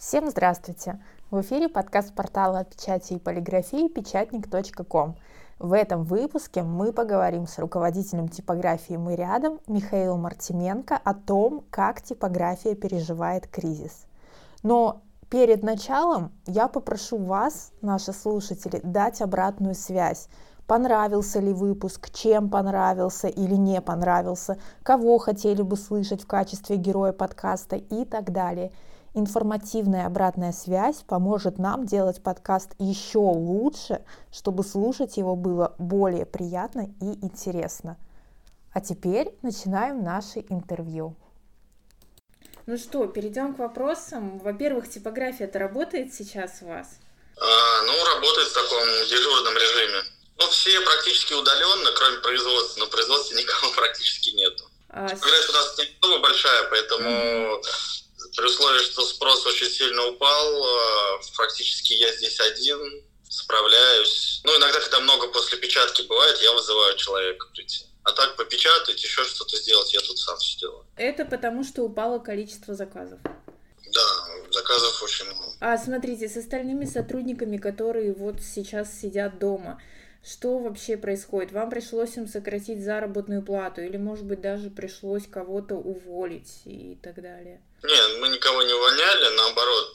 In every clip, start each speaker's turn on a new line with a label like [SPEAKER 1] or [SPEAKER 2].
[SPEAKER 1] Всем здравствуйте! В эфире подкаст портала печати и полиграфии печатник.ком. В этом выпуске мы поговорим с руководителем типографии «Мы рядом» Михаилом Артеменко о том, как типография переживает кризис. Но перед началом я попрошу вас, наши слушатели, дать обратную связь. Понравился ли выпуск, чем понравился или не понравился, кого хотели бы слышать в качестве героя подкаста и так далее. Информативная обратная связь поможет нам делать подкаст еще лучше, чтобы слушать его было более приятно и интересно. А теперь начинаем наше интервью. Ну что, перейдем к вопросам. Во-первых, типография-то работает сейчас у вас?
[SPEAKER 2] Работает в таком дежурном режиме. Все практически удаленно, кроме производства. Но производства никого практически нету. Типография у нас не особо большая, поэтому... При условии, что спрос очень сильно упал, практически я здесь один, справляюсь. Иногда, когда много после печатки бывает, я вызываю человека прийти. А так попечатать, еще что-то сделать, я тут сам все делаю.
[SPEAKER 1] Это потому, что упало количество заказов?
[SPEAKER 2] Да, заказов очень много.
[SPEAKER 1] А смотрите, с остальными сотрудниками, которые вот сейчас сидят дома, что вообще происходит? Вам пришлось им сократить заработную плату или, может быть, даже пришлось кого-то уволить и так далее?
[SPEAKER 2] Нет, мы никого не увольняли, наоборот,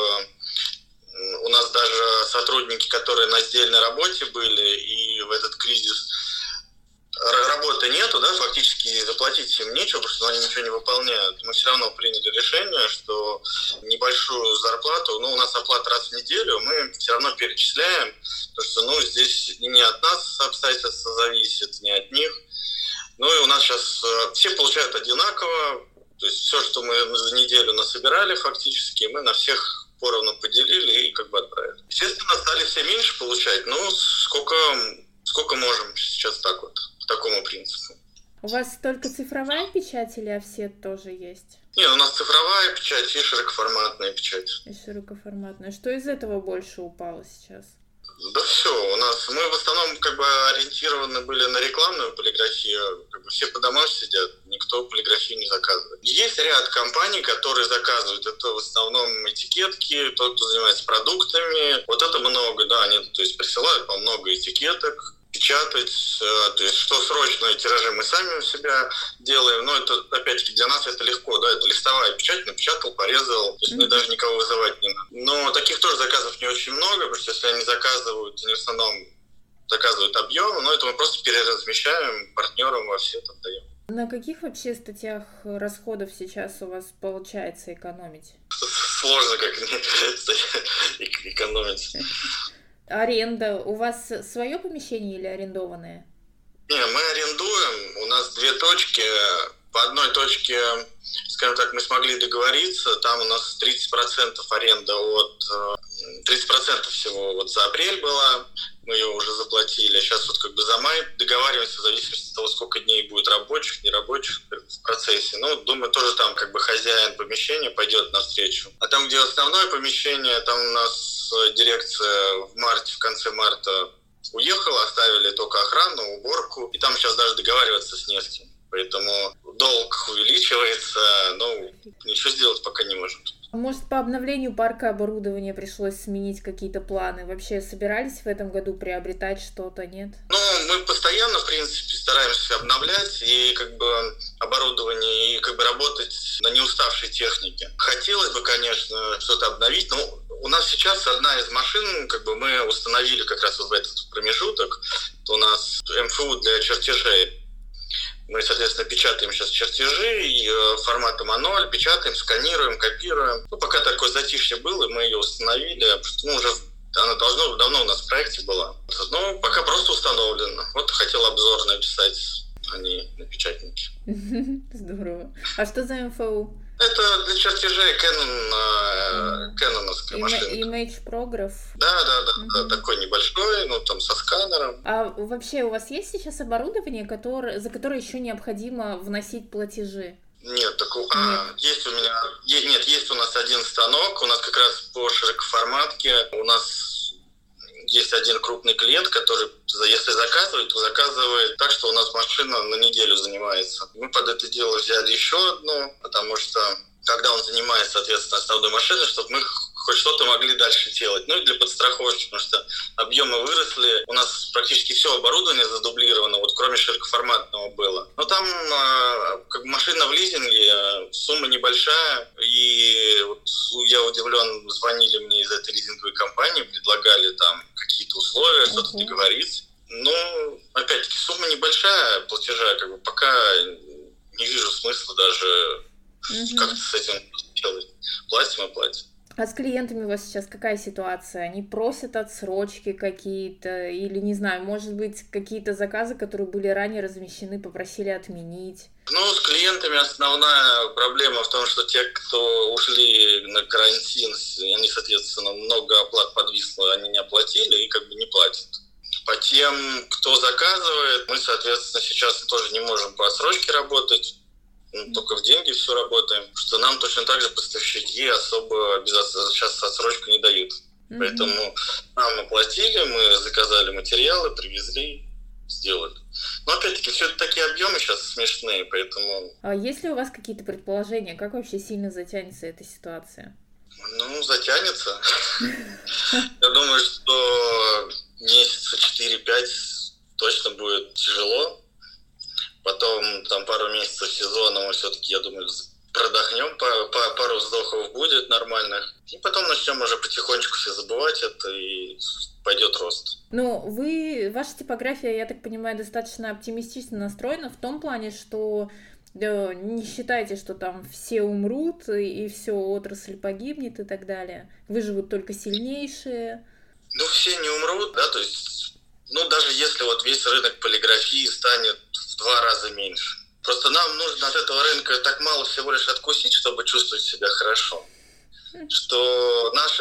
[SPEAKER 2] у нас даже сотрудники, которые на сдельной работе были, и в этот кризис работы нету, да, фактически заплатить им нечего, потому что они ничего не выполняют. Мы все равно приняли решение, что небольшую зарплату, у нас оплата раз в неделю, мы все равно перечисляем, потому что, здесь не от нас обстоятельства зависит, не от них. И у нас сейчас все получают одинаково, то есть все, что мы за неделю насобирали фактически, мы на всех поровну поделили и отправили. Естественно, стали все меньше получать, сколько можем сейчас так вот, по такому принципу.
[SPEAKER 1] У вас только цифровая печать или офсет тоже есть?
[SPEAKER 2] Нет, у нас цифровая печать и широкоформатная печать.
[SPEAKER 1] И широкоформатная. Что из этого больше упало сейчас?
[SPEAKER 2] Да все, мы в основном ориентированы были на рекламную полиграфию, все по домам сидят, никто полиграфию не заказывает. Есть ряд компаний, которые заказывают, это в основном этикетки, тот, кто занимается продуктами, вот это много, да, они присылают по много этикеток, печатать, то есть что срочные тиражи мы сами у себя делаем, но это, опять-таки, для нас это легко, да, это листовая печать, напечатал, порезал, то есть мне даже никого вызывать не надо. Но таких тоже заказов не очень много, потому что если они заказывают, они в основном заказывают объемы, но это мы просто переразмещаем партнерам во все это отдаем.
[SPEAKER 1] На каких вообще статьях расходов сейчас у вас получается экономить?
[SPEAKER 2] Сложно экономить.
[SPEAKER 1] Аренда. У вас свое помещение или арендованное?
[SPEAKER 2] Не, мы арендуем. У нас 2 точки. По одной точке, скажем так, мы смогли договориться. Там у нас 30% аренда 30% всего за апрель была. Мы ее уже заплатили. Сейчас за май договариваемся в зависимости от того, сколько дней будет рабочих, нерабочих в процессе. Думаю, тоже там хозяин помещения пойдет навстречу. А там, где основное помещение, там у нас дирекция в конце марта уехала, оставили только охрану, уборку. И там сейчас даже договариваться с не с кем. Поэтому долг увеличивается, но ничего сделать пока не можем.
[SPEAKER 1] Может, по обновлению парка оборудования пришлось сменить какие-то планы? Вообще собирались в этом году приобретать что-то, нет?
[SPEAKER 2] Мы постоянно, в принципе, стараемся обновлять и оборудование, и работать на неуставшей технике. Хотелось бы, конечно, что-то обновить, но у нас сейчас одна из машин, мы установили как раз в этот промежуток, у нас МФУ для чертежей. Мы, соответственно, печатаем сейчас чертежи и форматом А0, печатаем, сканируем, копируем. Пока такое затишье было, мы ее установили, потому что она давно у нас в проекте была. Но пока просто установлено. Хотел обзор написать, а не на печатнике.
[SPEAKER 1] Здорово. А что за МФУ?
[SPEAKER 2] Это для чертежей кэноновская машина.
[SPEAKER 1] Image-програф?
[SPEAKER 2] Да, такой небольшой, со сканером.
[SPEAKER 1] А вообще у вас есть сейчас оборудование, за которое еще необходимо вносить платежи?
[SPEAKER 2] Нет, есть у меня. Есть у нас один станок, у нас как раз по широкоформатке. У нас есть один крупный клиент, который, если заказывает, то заказывает так, что у нас машина на неделю занимается. Мы под это дело взяли еще одну, потому что когда он занимается, соответственно, основной машиной, чтобы мы хоть что-то могли дальше делать. Ну и для подстраховки, потому что объемы выросли. У нас практически все оборудование задублировано, вот кроме широкоформатного было. Но там как бы машина в лизинге, сумма небольшая. И вот я удивлен, звонили мне из этой лизинговой компании, предлагали там какие-то условия, что-то договориться. Ну, опять-таки, сумма небольшая платежа, как бы пока не вижу смысла даже как-то с этим делать. Платим и платим.
[SPEAKER 1] А с клиентами у вас сейчас какая ситуация? Они просят отсрочки какие-то или, не знаю, может быть, какие-то заказы, которые были ранее размещены, попросили отменить?
[SPEAKER 2] Ну, с клиентами основная проблема в том, что те, кто ушли на карантин, они, соответственно, много оплат подвисло, они не оплатили и как бы не платят. По тем, кто заказывает, мы, соответственно, сейчас тоже не можем по отсрочке работать. Только в деньги все работаем, что нам точно так же поставщики особо сейчас отсрочку не дают. Поэтому нам оплатили, мы заказали материалы, привезли, сделали. Но опять-таки все это такие объемы сейчас смешные, поэтому...
[SPEAKER 1] А есть ли у вас какие-то предположения, как вообще сильно затянется эта ситуация?
[SPEAKER 2] Ну, затянется. Я думаю, что месяца 4-5 точно будет тяжело. Потом там пару месяцев сезона мы все-таки, я думаю, продохнем, пару вздохов будет нормальных. И потом начнем уже потихонечку все забывать это, и пойдет рост.
[SPEAKER 1] Ну, ваша типография, я так понимаю, достаточно оптимистично настроена в том плане, что не считайте, что там все умрут, и все, отрасль погибнет и так далее. Выживут только сильнейшие.
[SPEAKER 2] Ну, все не умрут, да, то есть, ну, даже если вот весь рынок полиграфии станет в 2 раза меньше. Просто нам нужно от этого рынка так мало всего лишь откусить, чтобы чувствовать себя хорошо. Что наши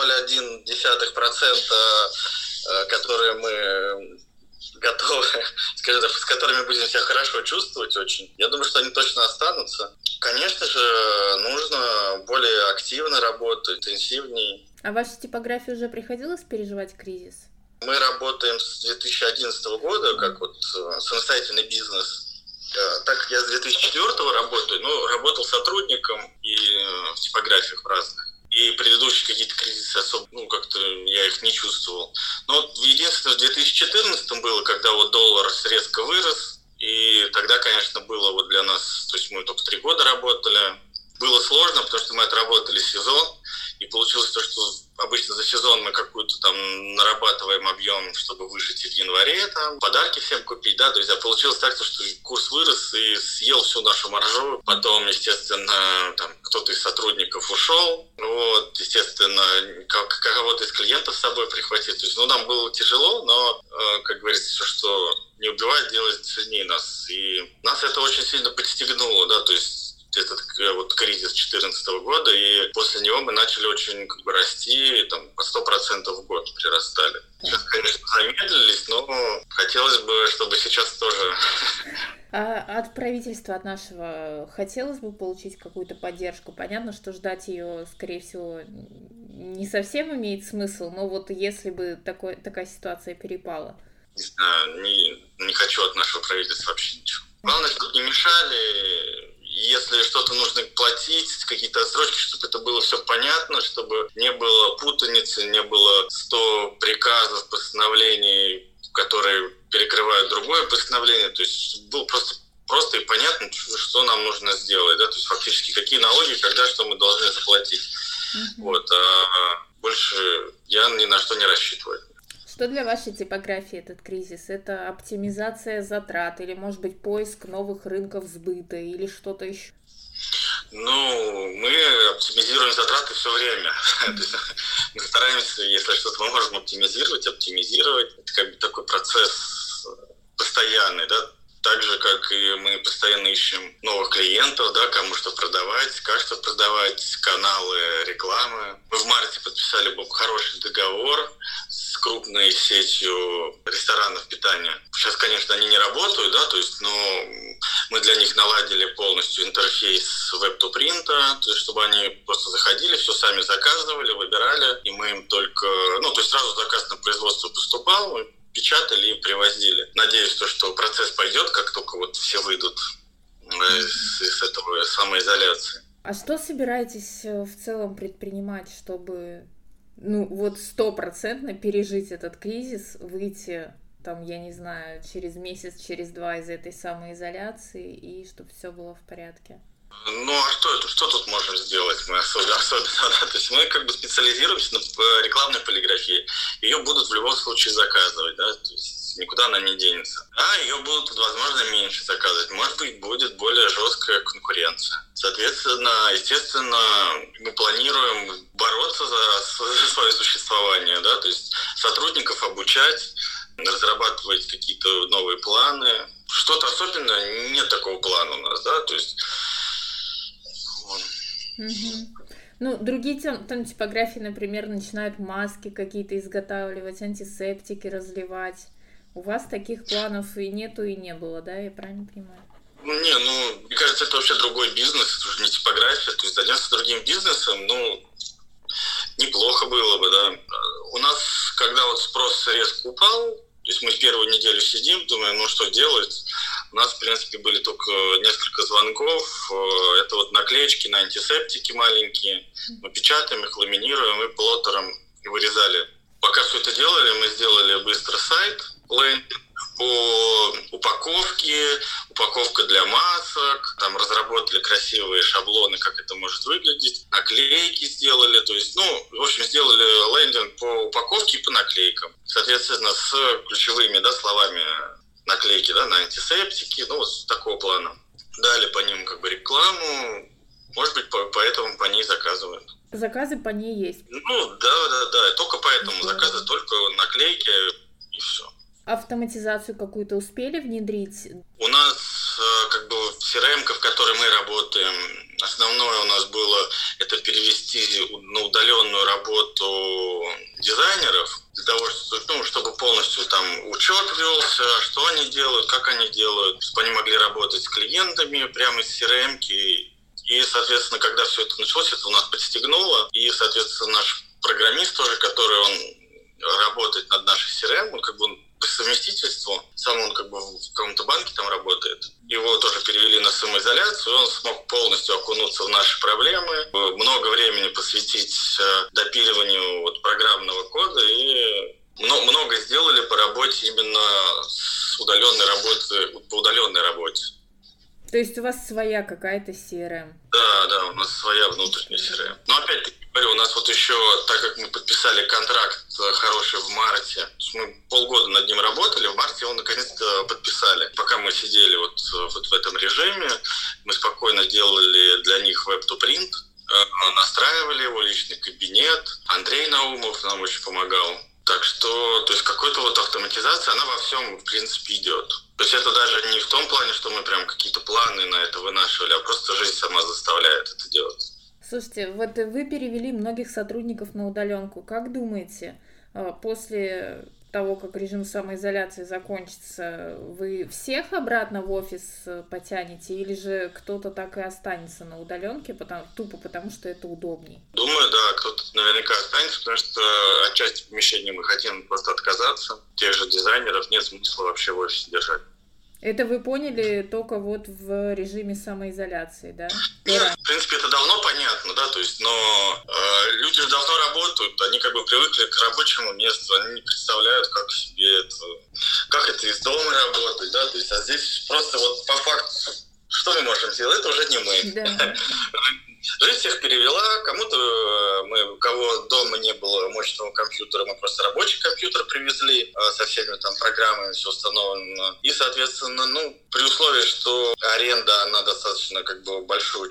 [SPEAKER 2] 0,01%, которые мы готовы, скажем так, с которыми будем себя хорошо чувствовать очень, я думаю, что они точно останутся. Конечно же, нужно более активно работать, интенсивнее.
[SPEAKER 1] А вашей типографии уже приходилось переживать кризис?
[SPEAKER 2] Мы работаем с 2011 года, как вот самостоятельный бизнес. Так как я с 2004 работаю, работал сотрудником и в типографиях разных. И предыдущие какие-то кризисы особо, как-то я их не чувствовал. Но вот единственное, в 2014 было, когда вот доллар резко вырос, и тогда, конечно, было вот для нас, то есть мы только 3 года работали. Было сложно, потому что мы отработали сезон, и получилось то, что обычно за сезон мы какую-то там нарабатываем объем, чтобы выжить в январе, там, подарки всем купить, да, то есть получилось так, что курс вырос и съел всю нашу маржу. Потом, естественно, там кто-то из сотрудников ушел, вот, естественно, кого-то из клиентов с собой прихватить. То есть, нам было тяжело, но, как говорится, все, что не убивает, делает сильнее нас. И нас это очень сильно подстегнуло, да, то есть этот вот кризис 2014 года, и после него мы начали очень расти, там, по 100% в год прирастали. Сейчас, конечно, замедлились, но хотелось бы, чтобы сейчас тоже...
[SPEAKER 1] А от правительства, от нашего, хотелось бы получить какую-то поддержку? Понятно, что ждать ее, скорее всего, не совсем имеет смысл, но вот если бы такая ситуация перепала.
[SPEAKER 2] Не знаю, не хочу от нашего правительства вообще ничего. Главное, чтобы не мешали. Если что-то нужно платить, какие-то отсрочки, чтобы это было все понятно, чтобы не было путаницы, не было 100 приказов, постановлений, которые перекрывают другое постановление. То есть чтобы было просто и понятно, что нам нужно сделать. Да? То есть фактически какие налоги, когда что мы должны заплатить. Вот. А больше я ни на что не рассчитываю.
[SPEAKER 1] Что для вашей типографии этот кризис? Это оптимизация затрат или, может быть, поиск новых рынков сбыта или что-то еще?
[SPEAKER 2] Мы оптимизируем затраты все время. Мы стараемся, если что-то мы можем оптимизировать. Это как бы такой процесс постоянный, да? Так же, как и мы постоянно ищем новых клиентов, да, кому что продавать, как что продавать, каналы рекламы. Мы в марте подписали хороший договор с крупной сетью ресторанов питания. Сейчас, конечно, они не работают, да, то есть, но мы для них наладили полностью интерфейс web-to-print, то есть, чтобы они просто заходили, все сами заказывали, выбирали, и мы им только, то есть сразу заказ на производство поступал, мы печатали и привозили. Надеюсь, что процесс пойдет, как только вот все выйдут из этого самоизоляции.
[SPEAKER 1] А что собираетесь в целом предпринимать, чтобы, вот 100% пережить этот кризис, выйти, там, я не знаю, через месяц, через 2 из этой самоизоляции, и чтобы все было в порядке?
[SPEAKER 2] А что тут можем сделать мы особенно, да? То есть мы как бы специализируемся на рекламной полиграфии. Ее будут в любом случае заказывать, да, то есть никуда она не денется. А ее будут, возможно, меньше заказывать. Может быть, будет более жесткая конкуренция. Соответственно, естественно, мы планируем бороться за свое существование, да, то есть сотрудников обучать, разрабатывать какие-то новые планы. Что-то особенное, нет такого плана у нас, да, то есть...
[SPEAKER 1] Другие там типографии, например, начинают маски какие-то изготавливать, антисептики разливать. У вас таких планов и нету, и не было, да, я правильно понимаю?
[SPEAKER 2] Мне кажется, это вообще другой бизнес, это уже не типография, то есть заняться другим бизнесом, неплохо было бы, да. У нас, когда вот спрос резко упал, то есть мы в первую неделю сидим, думаем, что делать. У нас, в принципе, были только несколько звонков. Это вот наклеечки на антисептики маленькие. Мы печатаем их, ламинируем и плоттером вырезали. Пока все это делали, мы сделали быстро сайт, лендинг по упаковка для масок, там разработали красивые шаблоны, как это может выглядеть, наклейки сделали, то есть, в общем, сделали лендинг по упаковке и по наклейкам. Соответственно, с ключевыми, да, словами наклейки, да, на антисептики, вот такого плана. Дали по ним как бы рекламу, может быть, поэтому по ней заказывают.
[SPEAKER 1] Заказы по ней есть?
[SPEAKER 2] Да, только поэтому заказы, только наклейки и все.
[SPEAKER 1] Автоматизацию какую-то успели внедрить?
[SPEAKER 2] У нас как бы в CRM, в которой мы работаем, основное у нас было это перевести на удаленную работу дизайнеров, для того, чтобы полностью там учет велся, что они делают, как они делают, чтобы они могли работать с клиентами прямо из CRM-ки. И, соответственно, когда все это началось, это у нас подстегнуло. И, соответственно, наш программист тоже, который он работает над нашей CRM, он как бы по совместительству, сам он как бы в каком-то банке там работает. Его тоже перевели на самоизоляцию, он смог полностью окунуться в наши проблемы, много времени посвятить допиливанию программного кода и много сделали по работе именно с по удаленной работе.
[SPEAKER 1] То есть у вас своя какая-то CRM?
[SPEAKER 2] Да, у нас своя внутренняя CRM. Но опять-таки говорю, у нас вот еще, так как мы подписали контракт хороший в марте, мы полгода над ним работали, в марте его наконец-то подписали. Пока мы сидели вот в этом режиме, мы спокойно делали для них web-to-print, настраивали его личный кабинет. Андрей Наумов нам очень помогал. Так что, то есть какой-то автоматизация, она во всем, в принципе, идет. То есть это даже не в том плане, что мы прям какие-то планы на это вынашивали, а просто жизнь сама заставляет это делать.
[SPEAKER 1] Слушайте, вот вы перевели многих сотрудников на удаленку. Как думаете, после того, как режим самоизоляции закончится, вы всех обратно в офис потянете, или же кто-то так и останется на удаленке, потому что это удобнее?
[SPEAKER 2] Думаю, да, кто-то наверняка останется, потому что от части помещения мы хотим просто отказаться. Тех же дизайнеров нет смысла вообще в офисе держать.
[SPEAKER 1] Это вы поняли только вот в режиме самоизоляции, да?
[SPEAKER 2] Нет, в принципе, это давно понятно, да, то есть, но люди же давно работают, они как бы привыкли к рабочему месту, они не представляют, как это из дома работать, да, то есть, а здесь просто вот по факту, что мы можем сделать, это уже не мы.
[SPEAKER 1] Да.
[SPEAKER 2] Жизнь всех перевела, у кого дома не было мощного компьютера, мы просто рабочий компьютер привезли со всеми там программами, все установлено. И, соответственно, при условии, что аренда, она достаточно большая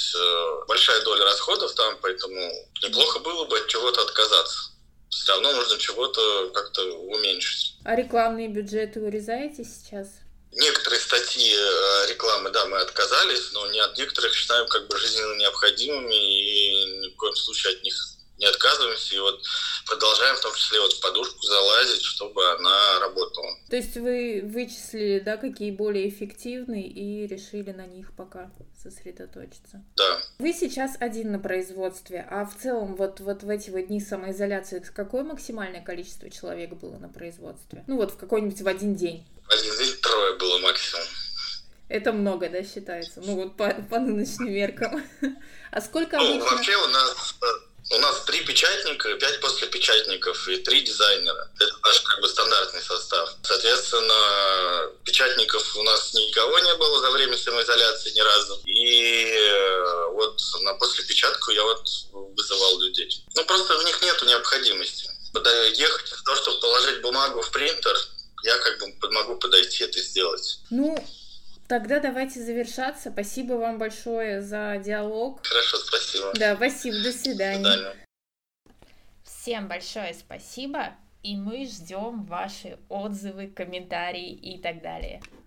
[SPEAKER 2] доля расходов там, поэтому неплохо было бы от чего-то отказаться. Все равно нужно чего-то как-то уменьшить.
[SPEAKER 1] А рекламные бюджеты урезаете сейчас?
[SPEAKER 2] Некоторые статьи рекламы, да, мы отказались, но не от некоторых считаем жизненно необходимыми и ни в коем случае от них не отказываемся. И продолжаем в том числе в подушку залазить, чтобы она работала.
[SPEAKER 1] То есть вы вычислили, да, какие более эффективны и решили на них пока сосредоточиться?
[SPEAKER 2] Да.
[SPEAKER 1] Вы сейчас один на производстве, а в целом вот в эти дни самоизоляции какое максимальное количество человек было на производстве? В какой-нибудь в один день?
[SPEAKER 2] В один день 3 было максимум.
[SPEAKER 1] Это много, да, считается? Ну, вот по нынешним меркам. А сколько
[SPEAKER 2] Ну,
[SPEAKER 1] обычно?
[SPEAKER 2] вообще у нас 3 печатника, 5 послепечатников и 3 дизайнера. Это наш как бы стандартный состав. Соответственно, печатников у нас никого не было за время самоизоляции ни разу. И вот на послепечатку я вот вызывал людей. Ну, просто в них нету необходимости. Ехать для того, чтобы положить бумагу в принтер, я как бы могу подойти это сделать.
[SPEAKER 1] Ну, тогда давайте завершаться. Спасибо вам большое за диалог.
[SPEAKER 2] Хорошо, спасибо.
[SPEAKER 1] Да, спасибо, до свидания.
[SPEAKER 2] До свидания.
[SPEAKER 1] Всем большое спасибо, и мы ждем ваши отзывы, комментарии и так далее.